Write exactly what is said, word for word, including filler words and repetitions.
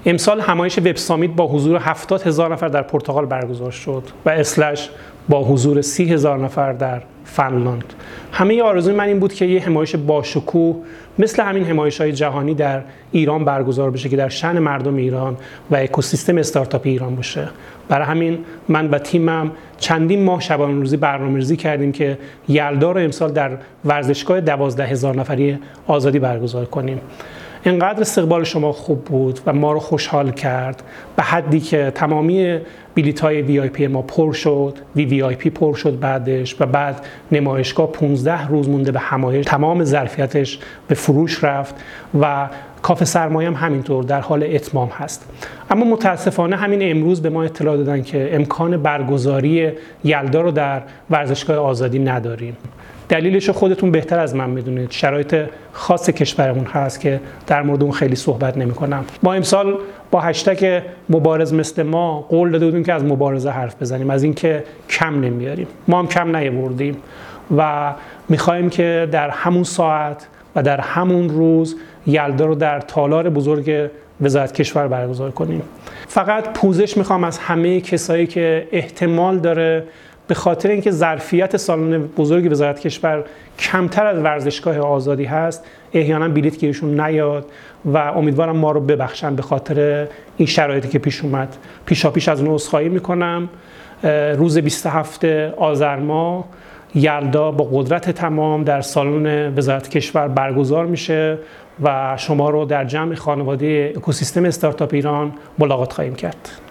امسال همایش وب سامیت با حضور هفتاد هزار نفر در پرتغال برگزار شد و اسلش با حضور سی هزار نفر در فنلاند. همه آرزوی من این بود که یه همایش باشکوه مثل همین همایش‌های جهانی در ایران برگزار بشه که در شأن مردم ایران و اکوسیستم استارتاپ ایران باشه. برای همین من و تیمم چندین ماه شبانه روزی برنامه‌ریزی کردیم که یلدا رو امسال در ورزشگاه دوازده هزار نفری آزادی برگزار کنیم. اینقدر استقبال شما خوب بود و ما رو خوشحال کرد به حدی که تمامی بلیط‌های وی آی پی ما پر شد، وی وی آی پی پر شد بعدش و بعد نمایشگاه پانزده روز مونده به همایش تمام ظرفیتش به فروش رفت و کافه سرمایه هم همینطور در حال اتمام هست. اما متاسفانه همین امروز به ما اطلاع دادن که امکان برگزاری یلدا رو در ورزشگاه آزادی نداریم. دلیلش رو خودتون بهتر از من میدونید. شرایط خاص کشورمون هست که در مورد اون خیلی صحبت نمی‌کنم. ما امسال با هشتگ مبارز مثل ما قول داده بودیم که از مبارزه حرف بزنیم، از اینکه کم نمیاریم. ما هم کم نیاوردیم و می‌خوایم که در همون ساعت و در همون روز یلدا رو در تالار بزرگ وزارت کشور برگزار کنیم. فقط پوزش می‌خوام از همه کسایی که احتمال داره به خاطر اینکه ظرفیت سالن بزرگ وزارت کشور کمتر از ورزشگاه آزادی هست احیانا بلیط گیرشون نیاد و امیدوارم ما رو ببخشن به خاطر این شرایطی که پیش اومد. پیشاپیش از اون عذرخواهی میکنم. روز بیست و هفتم آذر ماه یلدا با قدرت تمام در سالن وزارت کشور برگزار میشه و شما رو در جمع خانواده اکوسیستم استارتاپ ایران ملاقات خواهیم کرد.